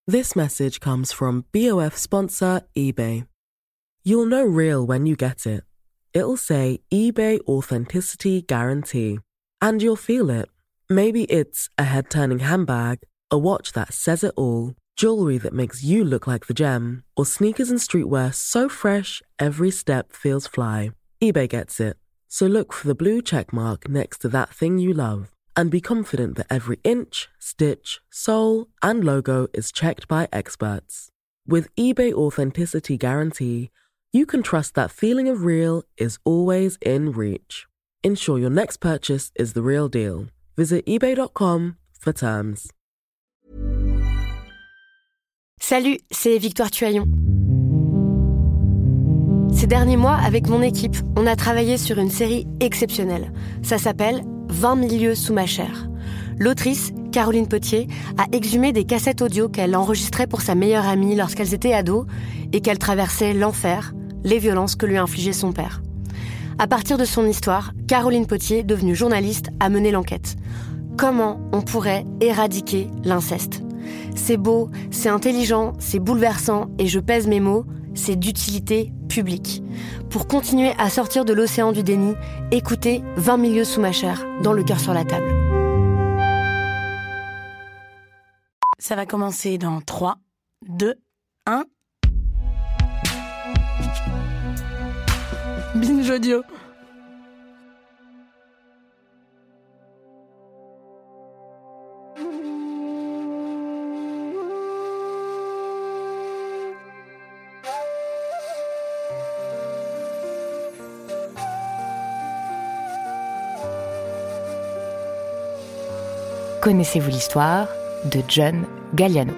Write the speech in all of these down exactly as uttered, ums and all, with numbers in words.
This message comes from B O F sponsor eBay. You'll know real when you get it. It'll say eBay Authenticity Guarantee. And you'll feel it. Maybe it's a head-turning handbag, a watch that says it all, jewelry that makes you look like the gem, or sneakers and streetwear so fresh every step feels fly. eBay gets it. So look for the blue check mark next to that thing you love and be confident that every inch, stitch, sole, and logo is checked by experts. With eBay Authenticity Guarantee, you can trust that feeling of real is always in reach. Ensure your next purchase is the real deal. Visit ebay dot com for terms. Salut, c'est Victoire Tuaillon. Ces derniers mois, avec mon équipe, on a travaillé sur une série exceptionnelle. Ça s'appelle « vingt mille lieues sous ma chair ». L'autrice, Caroline Potier, a exhumé des cassettes audio qu'elle enregistrait pour sa meilleure amie lorsqu'elles étaient ados et qu'elle traversait l'enfer, les violences que lui infligeait son père. À partir de son histoire, Caroline Potier, devenue journaliste, a mené l'enquête. Comment on pourrait éradiquer l'inceste ? C'est beau, c'est intelligent, c'est bouleversant et je pèse mes mots, c'est d'utilité publique. Pour continuer à sortir de l'océan du déni, écoutez vingt mille lieues sous ma chair, dans le cœur sur la table. Ça va commencer dans trois, deux, un... Binge audio. Connaissez-vous l'histoire de John Galliano?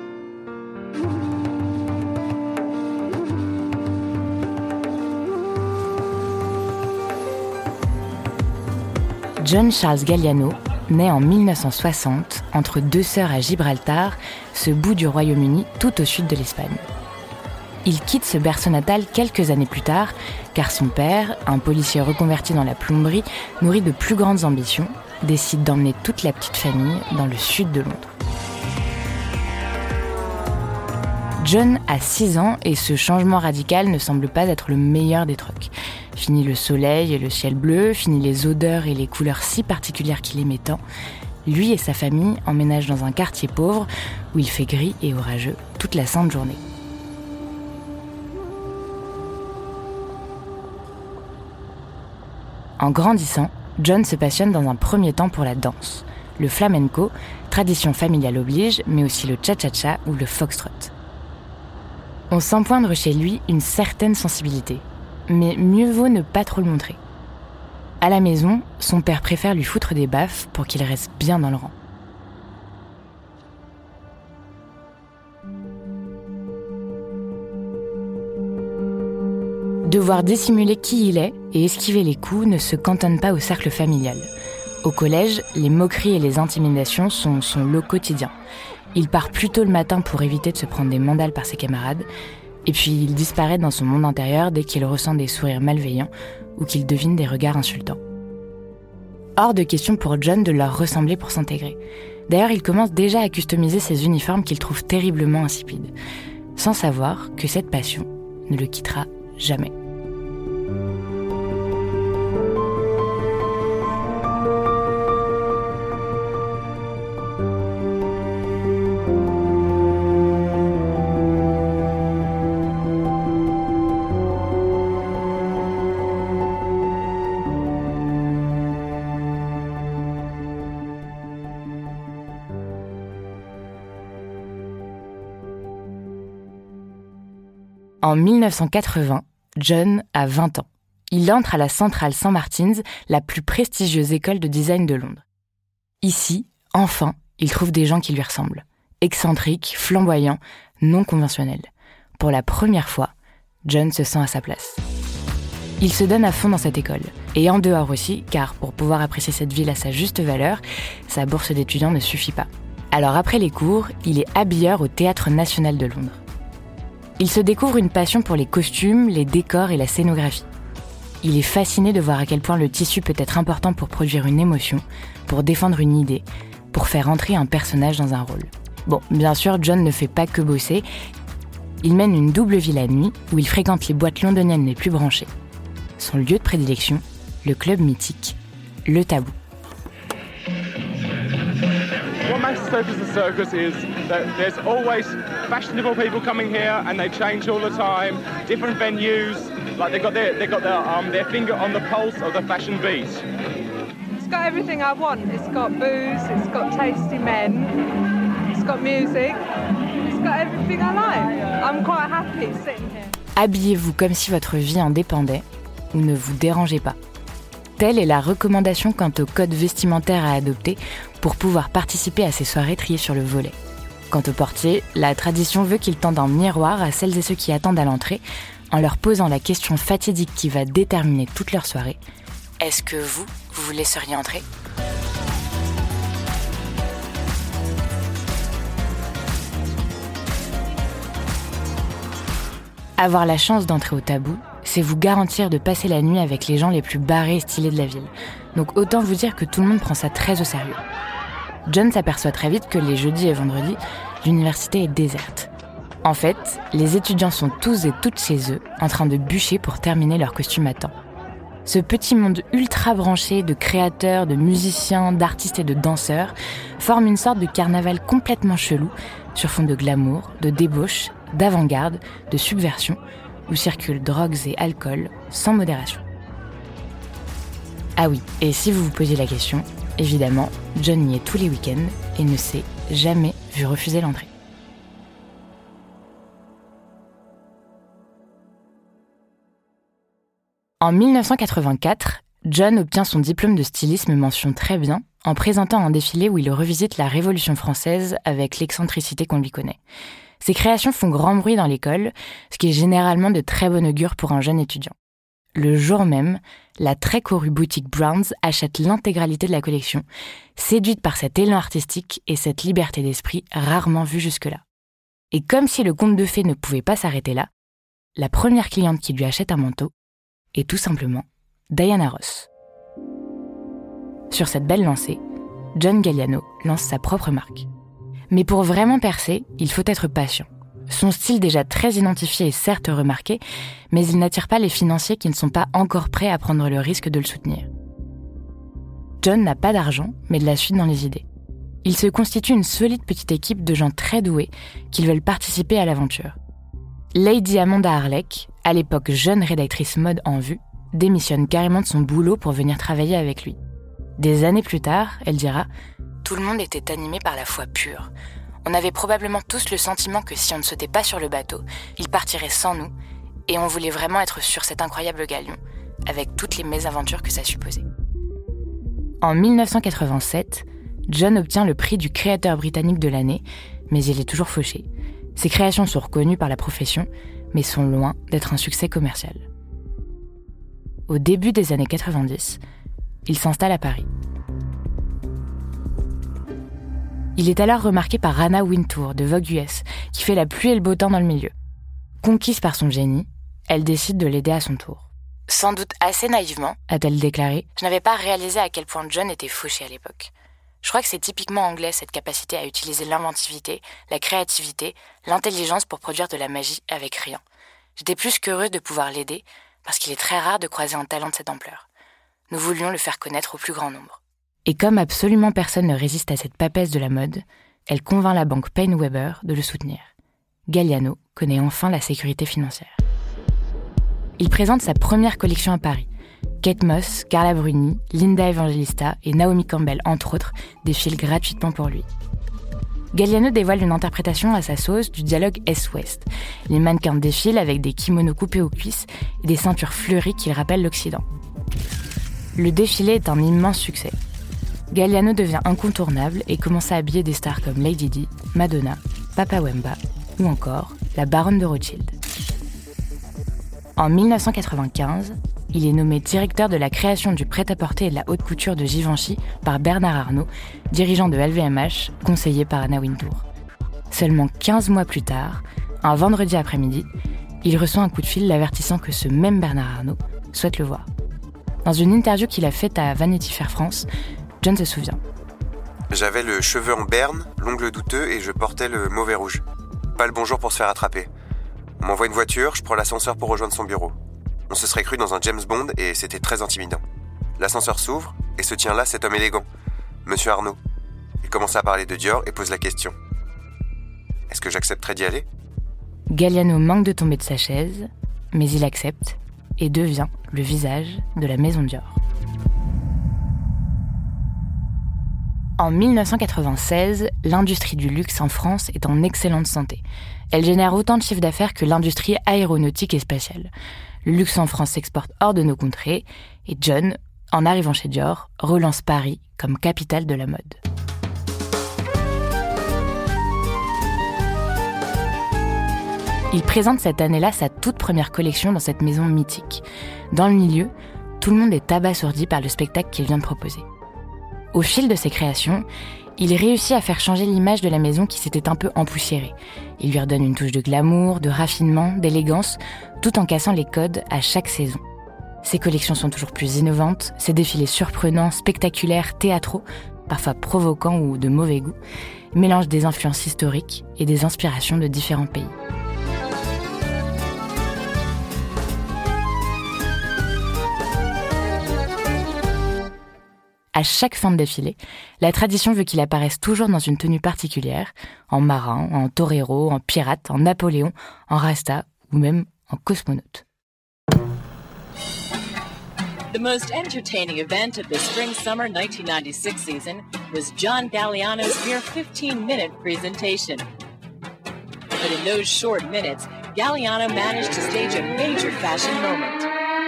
John Charles Galliano naît en mille neuf cent soixante entre deux sœurs à Gibraltar, ce bout du Royaume-Uni tout au sud de l'Espagne. Il quitte ce berceau natal quelques années plus tard, car son père, un policier reconverti dans la plomberie, nourri de plus grandes ambitions, décide d'emmener toute la petite famille dans le sud de Londres. John a six ans et ce changement radical ne semble pas être le meilleur des trucs. Fini le soleil et le ciel bleu, fini les odeurs et les couleurs si particulières qu'il aimait tant. Lui et sa famille emménagent dans un quartier pauvre où il fait gris et orageux toute la sainte journée. En grandissant, John se passionne dans un premier temps pour la danse. Le flamenco, tradition familiale oblige, mais aussi le cha-cha-cha ou le foxtrot. On sent poindre chez lui une certaine sensibilité, mais mieux vaut ne pas trop le montrer. À la maison, son père préfère lui foutre des baffes pour qu'il reste bien dans le rang. Devoir dissimuler qui il est et esquiver les coups ne se cantonne pas au cercle familial. Au collège, les moqueries et les intimidations sont son lot quotidien. Il part plus tôt le matin pour éviter de se prendre des mandales par ses camarades, et puis il disparaît dans son monde intérieur dès qu'il ressent des sourires malveillants ou qu'il devine des regards insultants. Hors de question pour John de leur ressembler pour s'intégrer. D'ailleurs, il commence déjà à customiser ses uniformes qu'il trouve terriblement insipides, sans savoir que cette passion ne le quittera jamais. En mille neuf cent quatre-vingts, John a vingt ans. Il entre à la Central Saint Martin's, la plus prestigieuse école de design de Londres. Ici, enfin, il trouve des gens qui lui ressemblent. Excentriques, flamboyants, non conventionnels. Pour la première fois, John se sent à sa place. Il se donne à fond dans cette école. Et en dehors aussi, car pour pouvoir apprécier cette ville à sa juste valeur, sa bourse d'étudiant ne suffit pas. Alors après les cours, il est habilleur au Théâtre National de Londres. Il se découvre une passion pour les costumes, les décors et la scénographie. Il est fasciné de voir à quel point le tissu peut être important pour produire une émotion, pour défendre une idée, pour faire entrer un personnage dans un rôle. Bon, bien sûr, John ne fait pas que bosser. Il mène une double vie la nuit où il fréquente les boîtes londoniennes les plus branchées. Son lieu de prédilection, le club mythique, le Tabou. What makes Circus the Circus is that there's always fashionable people coming here and they change all the time, different venues, like they've got their, they've got their, um, their finger on the pulse of the fashion beat. It's got everything I want. It's got booze, it's got tasty men, it's got music, it's got everything I like. I'm quite happy sitting here. Habillez-vous comme si votre vie en dépendait ou ne vous dérangez pas. Telle est la recommandation quant au code vestimentaire à adopter pour pouvoir participer à ces soirées triées sur le volet. Quant au portier, la tradition veut qu'il tende un miroir à celles et ceux qui attendent à l'entrée en leur posant la question fatidique qui va déterminer toute leur soirée. Est-ce que vous, vous vous laisseriez entrer ? Avoir la chance d'entrer au Tabou, c'est vous garantir de passer la nuit avec les gens les plus barrés et stylés de la ville. Donc autant vous dire que tout le monde prend ça très au sérieux. John s'aperçoit très vite que les jeudis et vendredis, l'université est déserte. En fait, les étudiants sont tous et toutes chez eux, en train de bûcher pour terminer leur costume à temps. Ce petit monde ultra branché de créateurs, de musiciens, d'artistes et de danseurs forme une sorte de carnaval complètement chelou, sur fond de glamour, de débauche, d'avant-garde, de subversion, où circulent drogues et alcool, sans modération. Ah oui, et si vous vous posiez la question, évidemment, John y est tous les week-ends et ne s'est jamais vu refuser l'entrée. En dix-neuf cent quatre-vingt-quatre, John obtient son diplôme de stylisme mention très bien en présentant un défilé où il revisite la Révolution française avec l'excentricité qu'on lui connaît. Ses créations font grand bruit dans l'école, ce qui est généralement de très bon augure pour un jeune étudiant. Le jour même, la très courue boutique Browns achète l'intégralité de la collection, séduite par cet élan artistique et cette liberté d'esprit rarement vue jusque-là. Et comme si le conte de fées ne pouvait pas s'arrêter là, la première cliente qui lui achète un manteau est tout simplement Diana Ross. Sur cette belle lancée, John Galliano lance sa propre marque. Mais pour vraiment percer, il faut être patient. Son style déjà très identifié est certes remarqué, mais il n'attire pas les financiers qui ne sont pas encore prêts à prendre le risque de le soutenir. John n'a pas d'argent, mais de la suite dans les idées. Il se constitue une solide petite équipe de gens très doués qui veulent participer à l'aventure. Lady Amanda Harlech, à l'époque jeune rédactrice mode en vue, démissionne carrément de son boulot pour venir travailler avec lui. Des années plus tard, elle dira « Tout le monde était animé par la foi pure. On avait probablement tous le sentiment que si on ne sautait pas sur le bateau, il partirait sans nous, et on voulait vraiment être sur cet incroyable galion, avec toutes les mésaventures que ça supposait. » En dix-neuf cent quatre-vingt-sept, John obtient le prix du créateur britannique de l'année, mais il est toujours fauché. Ses créations sont reconnues par la profession, mais sont loin d'être un succès commercial. Au début des années quatre-vingt-dix, il s'installe à Paris. Il est alors remarqué par Anna Wintour de Vogue U S, qui fait la pluie et le beau temps dans le milieu. Conquise par son génie, elle décide de l'aider à son tour. Sans doute assez naïvement, a-t-elle déclaré, je n'avais pas réalisé à quel point John était fauché à l'époque. Je crois que c'est typiquement anglais cette capacité à utiliser l'inventivité, la créativité, l'intelligence pour produire de la magie avec rien. J'étais plus qu'heureuse de pouvoir l'aider, parce qu'il est très rare de croiser un talent de cette ampleur. Nous voulions le faire connaître au plus grand nombre. Et comme absolument personne ne résiste à cette papesse de la mode, elle convainc la banque Paine Webber de le soutenir. Galliano connaît enfin la sécurité financière. Il présente sa première collection à Paris. Kate Moss, Carla Bruni, Linda Evangelista et Naomi Campbell, entre autres, défilent gratuitement pour lui. Galliano dévoile une interprétation à sa sauce du dialogue Est-Ouest. Les mannequins défilent avec des kimonos coupés aux cuisses et des ceintures fleuries qui rappellent l'Occident. Le défilé est un immense succès. Galliano devient incontournable et commence à habiller des stars comme Lady Di, Madonna, Papa Wemba ou encore la baronne de Rothschild. En dix-neuf cent quatre-vingt-quinze, il est nommé directeur de la création du prêt-à-porter et de la haute couture de Givenchy par Bernard Arnault, dirigeant de L V M H, conseillé par Anna Wintour. Seulement quinze mois plus tard, un vendredi après-midi, il reçoit un coup de fil l'avertissant que ce même Bernard Arnault souhaite le voir. Dans une interview qu'il a faite à Vanity Fair France, John se souvient. J'avais le cheveu en berne, l'ongle douteux et je portais le mauvais rouge. Pas le bon jour pour se faire attraper. On m'envoie une voiture, je prends l'ascenseur pour rejoindre son bureau. On se serait cru dans un James Bond et c'était très intimidant. L'ascenseur s'ouvre et se tient là cet homme élégant, Monsieur Arnaud. Il commence à parler de Dior et pose la question. Est-ce que j'accepterais d'y aller ? Galliano manque de tomber de sa chaise, mais il accepte et devient le visage de la maison Dior. En dix-neuf cent quatre-vingt-seize, l'industrie du luxe en France est en excellente santé. Elle génère autant de chiffre d'affaires que l'industrie aéronautique et spatiale. Le luxe en France s'exporte hors de nos contrées et John, en arrivant chez Dior, relance Paris comme capitale de la mode. Il présente cette année-là sa toute première collection dans cette maison mythique. Dans le milieu, tout le monde est abasourdi par le spectacle qu'il vient de proposer. Au fil de ses créations, il réussit à faire changer l'image de la maison qui s'était un peu empoussiérée. Il lui redonne une touche de glamour, de raffinement, d'élégance, tout en cassant les codes à chaque saison. Ses collections sont toujours plus innovantes, ses défilés surprenants, spectaculaires, théâtraux, parfois provoquants ou de mauvais goût, mélangent des influences historiques et des inspirations de différents pays. À chaque fin de défilé, la tradition veut qu'il apparaisse toujours dans une tenue particulière, en marin, en torero, en pirate, en Napoléon, en rasta ou même en cosmonaute. The most entertaining event of the spring-summer nineteen ninety-six season was John Galliano's mere fifteen-minute presentation. But in those short minutes, Galliano managed to stage a major fashion moment.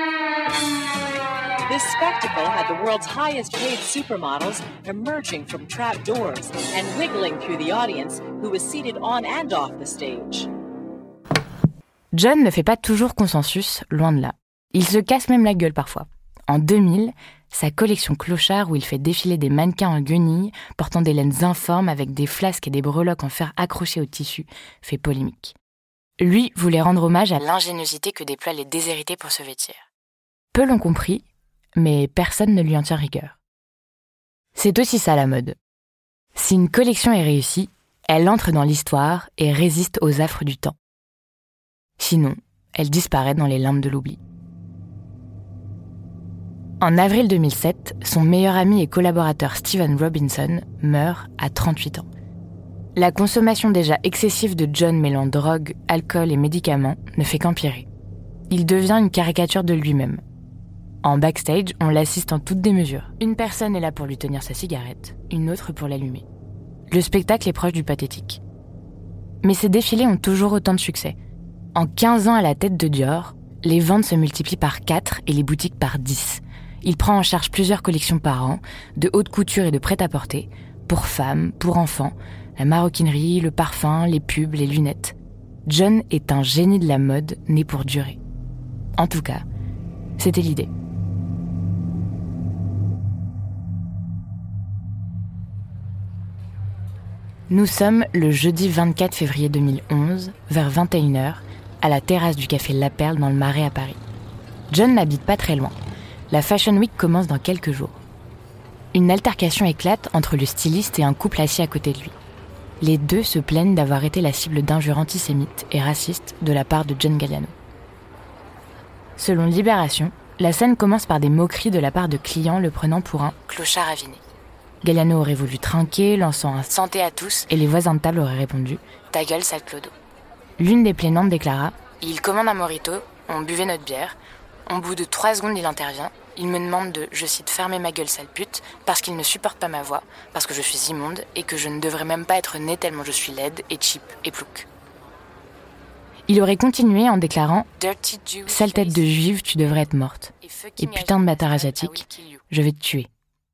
This spectacle had the world's highest-paid supermodels emerging from trapdoors and wiggling through the audience, who was seated on and off the stage. John ne fait pas toujours consensus, loin de là. Il se casse même la gueule parfois. En deux mille, sa collection Clochard, où il fait défiler des mannequins en guenilles, portant des laines informes avec des flasques et des breloques en fer accrochés au tissu, fait polémique. Lui voulait rendre hommage à l'ingéniosité que déploient les déshérités pour se vêtir. Peu l'ont compris, mais personne ne lui en tient rigueur. C'est aussi ça la mode. Si une collection est réussie, elle entre dans l'histoire et résiste aux affres du temps. Sinon, elle disparaît dans les limbes de l'oubli. En avril deux mille sept, son meilleur ami et collaborateur Steven Robinson meurt à trente-huit ans. La consommation déjà excessive de John mêlant drogue, alcool et médicaments ne fait qu'empirer. Il devient une caricature de lui-même. En backstage, on l'assiste en toute démesure. Une personne est là pour lui tenir sa cigarette, une autre pour l'allumer. Le spectacle est proche du pathétique. Mais ces défilés ont toujours autant de succès. En quinze ans à la tête de Dior, les ventes se multiplient par quatre et les boutiques par dix. Il prend en charge plusieurs collections par an, de haute couture et de prêt-à-porter, pour femmes, pour enfants, la maroquinerie, le parfum, les pubs, les lunettes. John est un génie de la mode né pour durer. En tout cas, c'était l'idée. Nous sommes le jeudi vingt-quatre février deux mille onze, vers vingt et une heures, à la terrasse du café La Perle dans le Marais à Paris. John n'habite pas très loin. La Fashion Week commence dans quelques jours. Une altercation éclate entre le styliste et un couple assis à côté de lui. Les deux se plaignent d'avoir été la cible d'injures antisémites et racistes de la part de John Galliano. Selon Libération, la scène commence par des moqueries de la part de clients le prenant pour un clochard aviné. Galliano aurait voulu trinquer, lançant un « santé à tous » et les voisins de table auraient répondu « ta gueule, sale clodo ». L'une des plaignantes déclara « il commande un mojito, on buvait notre bière. Au bout de trois secondes, il intervient. Il me demande de, je cite, fermer ma gueule, sale pute, parce qu'il ne supporte pas ma voix, parce que je suis immonde et que je ne devrais même pas être née tellement je suis laide et cheap et plouc. » Il aurait continué en déclarant « sale tête de juive, tu devrais être morte. Et putain de bâtard asiatique, je vais te tuer. »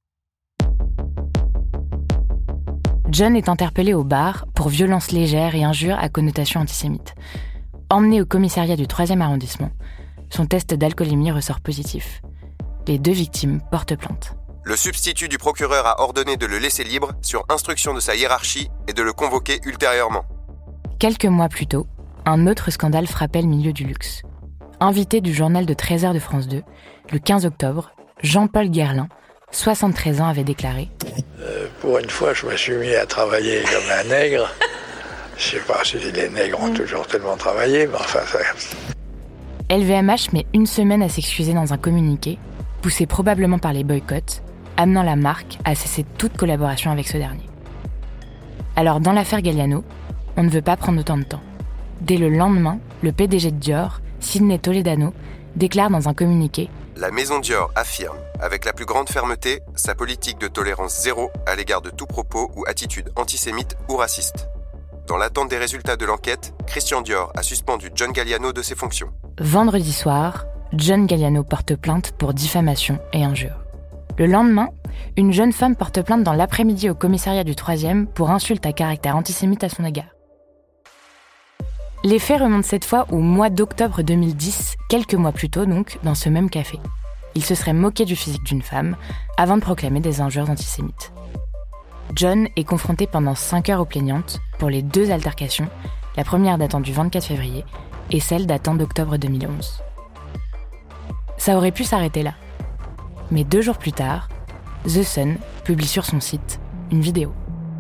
John est interpellé au bar pour violence légère et injures à connotation antisémite. Emmené au commissariat du troisième arrondissement, son test d'alcoolémie ressort positif. Les deux victimes portent plainte. Le substitut du procureur a ordonné de le laisser libre sur instruction de sa hiérarchie et de le convoquer ultérieurement. Quelques mois plus tôt, un autre scandale frappait le milieu du luxe. Invité du journal de treize heures de France deux, le quinze octobre, Jean-Paul Guerlain, soixante-treize ans, avait déclaré euh, « Pour une fois, je me suis mis à travailler comme un nègre. Je sais pas si les nègres ont toujours tellement travaillé, mais enfin ça... » L V M H met une semaine à s'excuser dans un communiqué, poussé probablement par les boycotts, amenant la marque à cesser toute collaboration avec ce dernier. Alors dans l'affaire Galliano, on ne veut pas prendre autant de temps. Dès le lendemain, le P D G de Dior, Sidney Toledano, déclare dans un communiqué « La maison Dior affirme, avec la plus grande fermeté, sa politique de tolérance zéro à l'égard de tout propos ou attitude antisémite ou raciste. Dans l'attente des résultats de l'enquête, Christian Dior a suspendu John Galliano de ses fonctions. » Vendredi soir, John Galliano porte plainte pour diffamation et injure. Le lendemain, une jeune femme porte plainte dans l'après-midi au commissariat du troisième pour insulte à caractère antisémite à son égard. Les faits remontent cette fois au mois d'octobre deux mille dix, quelques mois plus tôt donc, dans ce même café. Il se serait moqué du physique d'une femme avant de proclamer des injures antisémites. John est confronté pendant cinq heures aux plaignantes pour les deux altercations, la première datant du vingt-quatre février et celle datant d'octobre deux mille onze. Ça aurait pu s'arrêter là. Mais deux jours plus tard, The Sun publie sur son site une vidéo.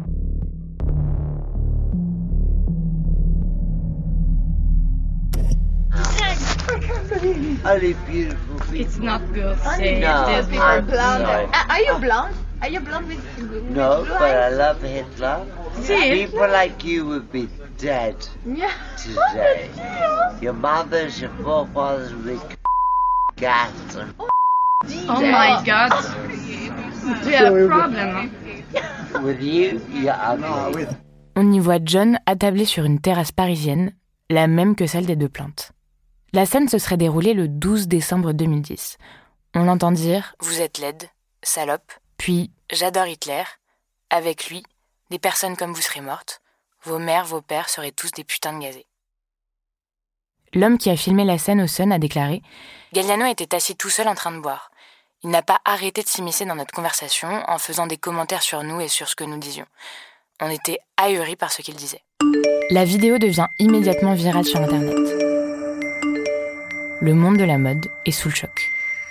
It's not good. Say No, it is I'm blonde. sorry. Are you blonde? Are you blonde with, with No, blue but I eyes? love Hitler. See? People like you would be dead Yeah. today. Your mothers, your forefathers would be gas. Oh my God. We have a problem. With you, yeah, I know. On y voit John attablé sur une terrasse parisienne, la même que celle des deux plaintes. La scène se serait déroulée le douze décembre deux mille dix. On l'entend dire « Vous êtes laide, salope », puis « J'adore Hitler », avec lui, des personnes comme vous serez mortes, vos mères, vos pères seraient tous des putains de gazés. L'homme qui a filmé la scène au Sun a déclaré « Galliano était assis tout seul en train de boire. Il n'a pas arrêté de s'immiscer dans notre conversation en faisant des commentaires sur nous et sur ce que nous disions. On était ahuris par ce qu'il disait. » La vidéo devient immédiatement virale sur Internet. Le monde de la mode est sous le choc.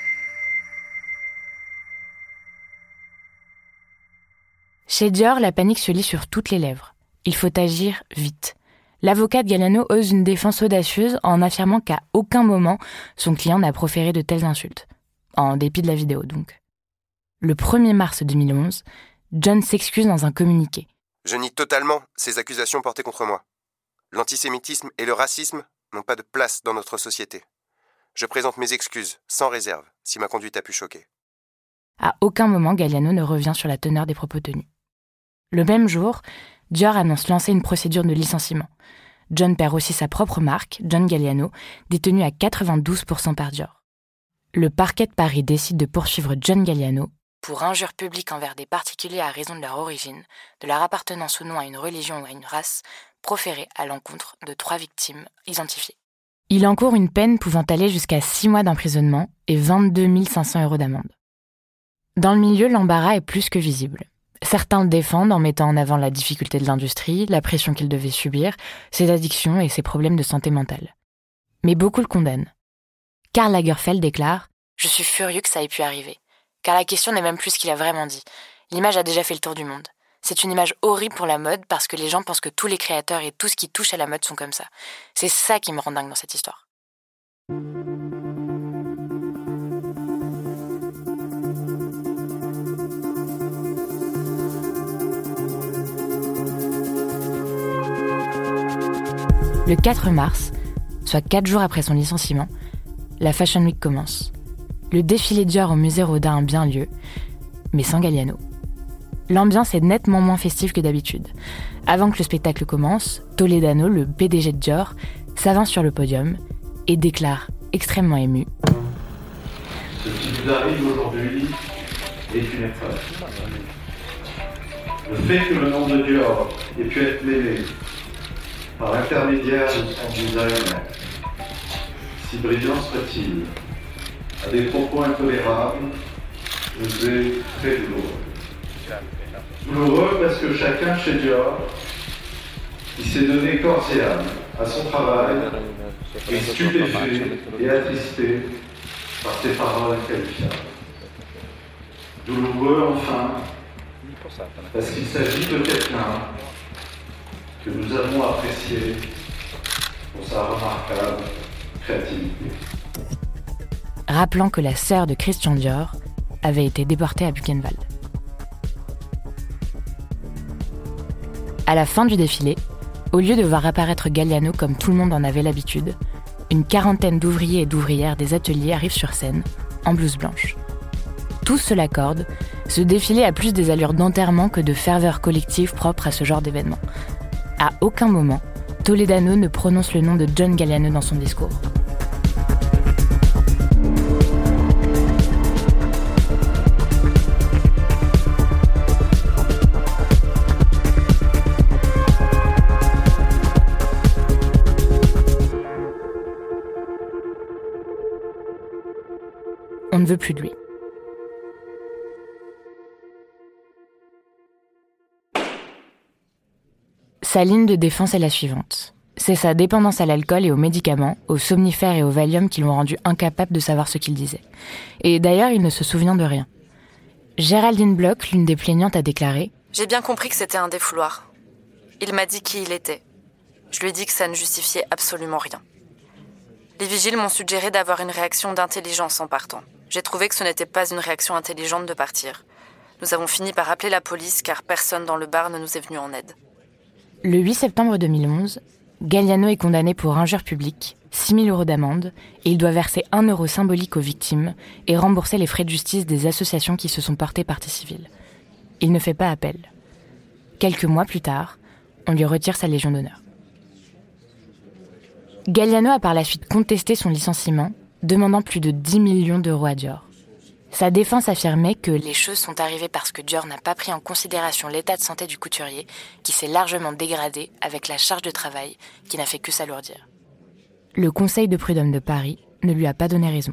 Chez Dior, la panique se lit sur toutes les lèvres. Il faut agir vite. L'avocat de Galliano ose une défense audacieuse en affirmant qu'à aucun moment son client n'a proféré de telles insultes. En dépit de la vidéo, donc. Le premier mars deux mille onze, John s'excuse dans un communiqué. Je nie totalement ces accusations portées contre moi. L'antisémitisme et le racisme n'ont pas de place dans notre société. Je présente mes excuses, sans réserve, si ma conduite a pu choquer. À aucun moment, Galliano ne revient sur la teneur des propos tenus. Le même jour, Dior annonce lancer une procédure de licenciement. John perd aussi sa propre marque, John Galliano, détenue à quatre-vingt-douze pour cent par Dior. Le parquet de Paris décide de poursuivre John Galliano pour injure publique envers des particuliers à raison de leur origine, de leur appartenance ou non à une religion ou à une race, proférée à l'encontre de trois victimes identifiées. Il encourt une peine pouvant aller jusqu'à six mois d'emprisonnement et vingt-deux mille cinq cents euros d'amende. Dans le milieu, l'embarras est plus que visible. Certains le défendent en mettant en avant la difficulté de l'industrie, la pression qu'il devait subir, ses addictions et ses problèmes de santé mentale. Mais beaucoup le condamnent. Karl Lagerfeld déclare « Je suis furieux que ça ait pu arriver, car la question n'est même plus ce qu'il a vraiment dit. L'image a déjà fait le tour du monde. C'est une image horrible pour la mode parce que les gens pensent que tous les créateurs et tout ce qui touche à la mode sont comme ça. C'est ça qui me rend dingue dans cette histoire. » Le quatre mars, soit quatre jours après son licenciement, la Fashion Week commence. Le défilé Dior au musée Rodin a bien lieu, mais sans Galliano. L'ambiance est nettement moins festive que d'habitude. Avant que le spectacle commence, Toledano, le P D G de Dior, s'avance sur le podium et déclare, extrêmement ému: Ce qui nous arrive aujourd'hui est une épreuve. Le fait que le nom de Dior ait pu être mêlé par l'intermédiaire de son designer, si brillant soit-il, à des propos intolérables, nous est très douloureux. Douloureux parce que chacun chez Dior, qui s'est donné corps et âme à son travail, est stupéfait et attristé par ces paroles qualifiables. douloureux enfin, parce qu'il s'agit de quelqu'un que nous avons apprécié pour sa remarquable créativité. Rappelant que la sœur de Christian Dior avait été déportée à Buchenwald. À la fin du défilé, au lieu de voir apparaître Galliano comme tout le monde en avait l'habitude, une quarantaine d'ouvriers et d'ouvrières des ateliers arrivent sur scène, en blouse blanche. Tous se l'accordent, ce défilé a plus des allures d'enterrement que de ferveur collective propre à ce genre d'événement. À aucun moment, Toledano ne prononce le nom de John Galliano dans son discours. On ne veut plus de lui. Sa ligne de défense est la suivante. C'est sa dépendance à l'alcool et aux médicaments, aux somnifères et aux Valium qui l'ont rendu incapable de savoir ce qu'il disait. Et d'ailleurs, il ne se souvient de rien. Géraldine Bloch, l'une des plaignantes, a déclaré « J'ai bien compris que c'était un défouloir. Il m'a dit qui il était. Je lui ai dit que ça ne justifiait absolument rien. Les vigiles m'ont suggéré d'avoir une réaction d'intelligence en partant. J'ai trouvé que ce n'était pas une réaction intelligente de partir. Nous avons fini par appeler la police car personne dans le bar ne nous est venu en aide. » Le huit septembre deux mille onze, Galliano est condamné pour injure publique, six mille euros d'amende, et il doit verser un euro symbolique aux victimes et rembourser les frais de justice des associations qui se sont portées partie civile. Il ne fait pas appel. Quelques mois plus tard, on lui retire sa Légion d'honneur. Galliano a par la suite contesté son licenciement, demandant plus de dix millions d'euros à Dior. Sa défense affirmait que les choses sont arrivées parce que Dior n'a pas pris en considération l'état de santé du couturier, qui s'est largement dégradé avec la charge de travail qui n'a fait que s'alourdir. Le Conseil de prud'homme de Paris ne lui a pas donné raison.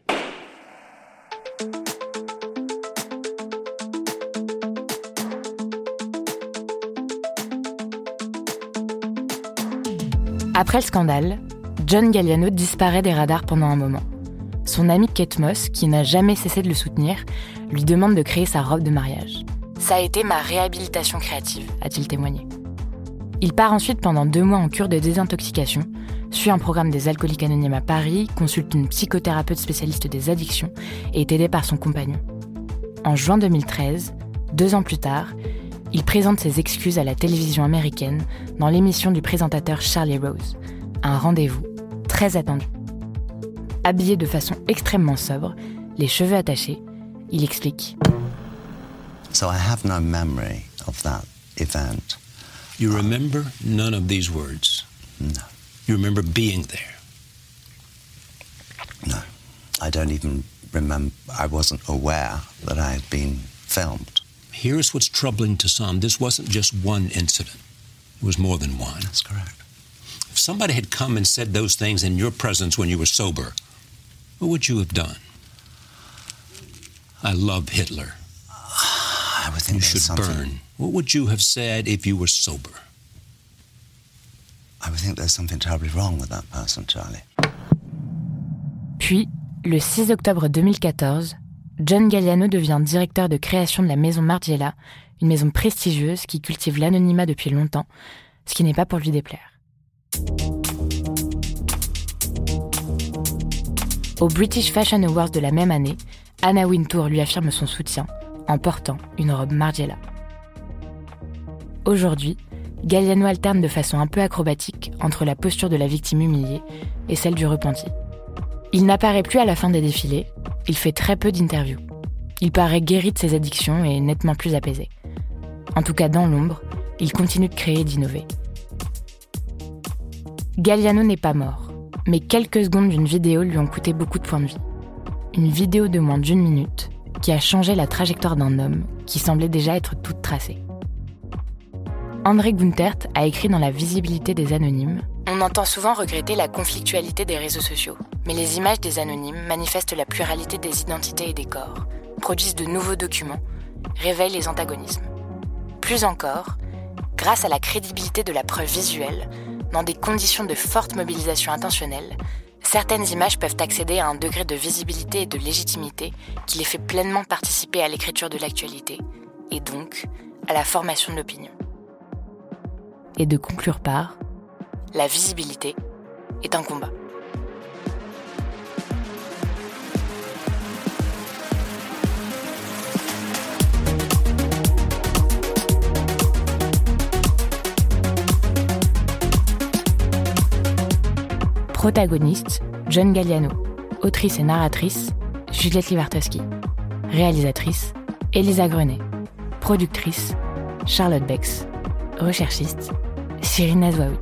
Après le scandale, John Galliano disparaît des radars pendant un moment. Son ami Kate Moss, qui n'a jamais cessé de le soutenir, lui demande de créer sa robe de mariage. « Ça a été ma réhabilitation créative », a-t-il témoigné. Il part ensuite pendant deux mois en cure de désintoxication, suit un programme des Alcooliques Anonymes à Paris, consulte une psychothérapeute spécialiste des addictions et est aidé par son compagnon. En juin deux mille treize, deux ans plus tard, il présente ses excuses à la télévision américaine dans l'émission du présentateur Charlie Rose, un rendez-vous très attendu. Habillé de façon extrêmement sobre, les cheveux attachés, il explique. So I have no memory of that event. You remember none of these words? No. You remember being there? No. I don't even remember, I wasn't aware that I had been filmed. Here's what's troubling to some. This wasn't just one incident. It was more than one. That's correct. If somebody had come and said those things in your presence when you were sober, what would you have done? I love Hitler. I would think you should something... burn. What would you have said if you were sober? I would think there's something terribly wrong with that person, Charlie. Puis, le six octobre deux mille quatorze, John Galliano devient directeur de création de la maison Margiela, une maison prestigieuse qui cultive l'anonymat depuis longtemps, ce qui n'est pas pour lui déplaire. Au British Fashion Awards de la même année, Anna Wintour lui affirme son soutien en portant une robe Margiela. Aujourd'hui, Galliano alterne de façon un peu acrobatique entre la posture de la victime humiliée et celle du repenti. Il n'apparaît plus à la fin des défilés, il fait très peu d'interviews. Il paraît guéri de ses addictions et nettement plus apaisé. En tout cas, dans l'ombre, il continue de créer et d'innover. Galliano n'est pas mort, mais quelques secondes d'une vidéo lui ont coûté beaucoup de points de vie. Une vidéo de moins d'une minute qui a changé la trajectoire d'un homme qui semblait déjà être toute tracée. André Guntert a écrit dans La visibilité des anonymes « On entend souvent regretter la conflictualité des réseaux sociaux, mais les images des anonymes manifestent la pluralité des identités et des corps, produisent de nouveaux documents, réveillent les antagonismes. Plus encore, grâce à la crédibilité de la preuve visuelle, dans des conditions de forte mobilisation intentionnelle, certaines images peuvent accéder à un degré de visibilité et de légitimité qui les fait pleinement participer à l'écriture de l'actualité, et donc à la formation de l'opinion. Et de conclure par « La visibilité est un combat ». Protagoniste, John Galliano. Autrice et narratrice, Juliette Livartowski. Réalisatrice, Elisa Grenet. Productrice, Charlotte Bex. Recherchiste, Cyrine Nazwaoui.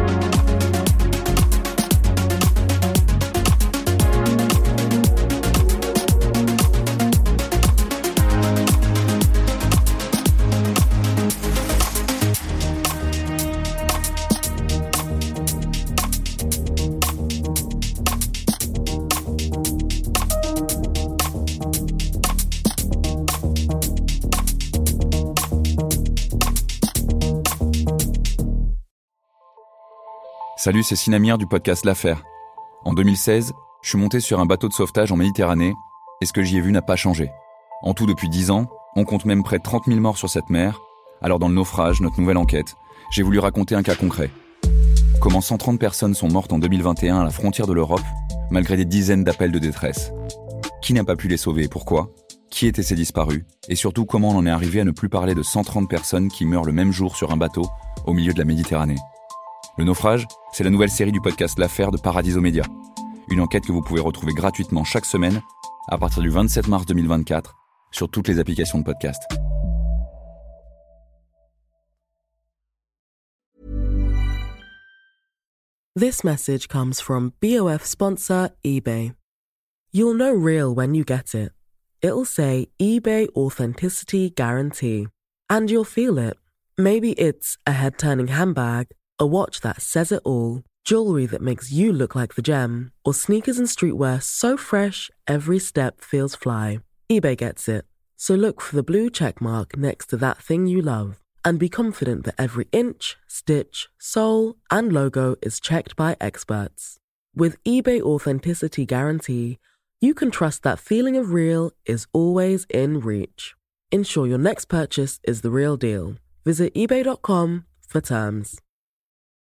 Salut, c'est Sinamir du podcast L'Affaire. En deux mille seize, je suis monté sur un bateau de sauvetage en Méditerranée et ce que j'y ai vu n'a pas changé. En tout, depuis dix ans, on compte même près de trente mille morts sur cette mer. Alors dans le naufrage, notre nouvelle enquête, j'ai voulu raconter un cas concret. Comment cent trente personnes sont mortes en deux mille vingt et un à la frontière de l'Europe, malgré des dizaines d'appels de détresse. Qui n'a pas pu les sauver et pourquoi ? Qui étaient ces disparus ? Et surtout, comment on en est arrivé à ne plus parler de cent trente personnes qui meurent le même jour sur un bateau au milieu de la Méditerranée ? Le naufrage, c'est la nouvelle série du podcast L'Affaire de Paradiso Media. Une enquête que vous pouvez retrouver gratuitement chaque semaine à partir du vingt-sept mars deux mille vingt-quatre sur toutes les applications de podcast. This message comes from B O F sponsor eBay. You'll know real when you get it. It'll say eBay Authenticity Guarantee. And you'll feel it. Maybe it's a head-turning handbag, a watch that says it all, jewelry that makes you look like the gem, or sneakers and streetwear so fresh every step feels fly. eBay gets it. So look for the blue check mark next to that thing you love and be confident that every inch, stitch, sole, and logo is checked by experts. With eBay Authenticity Guarantee, you can trust that feeling of real is always in reach. Ensure your next purchase is the real deal. Visit ebay dot com for terms.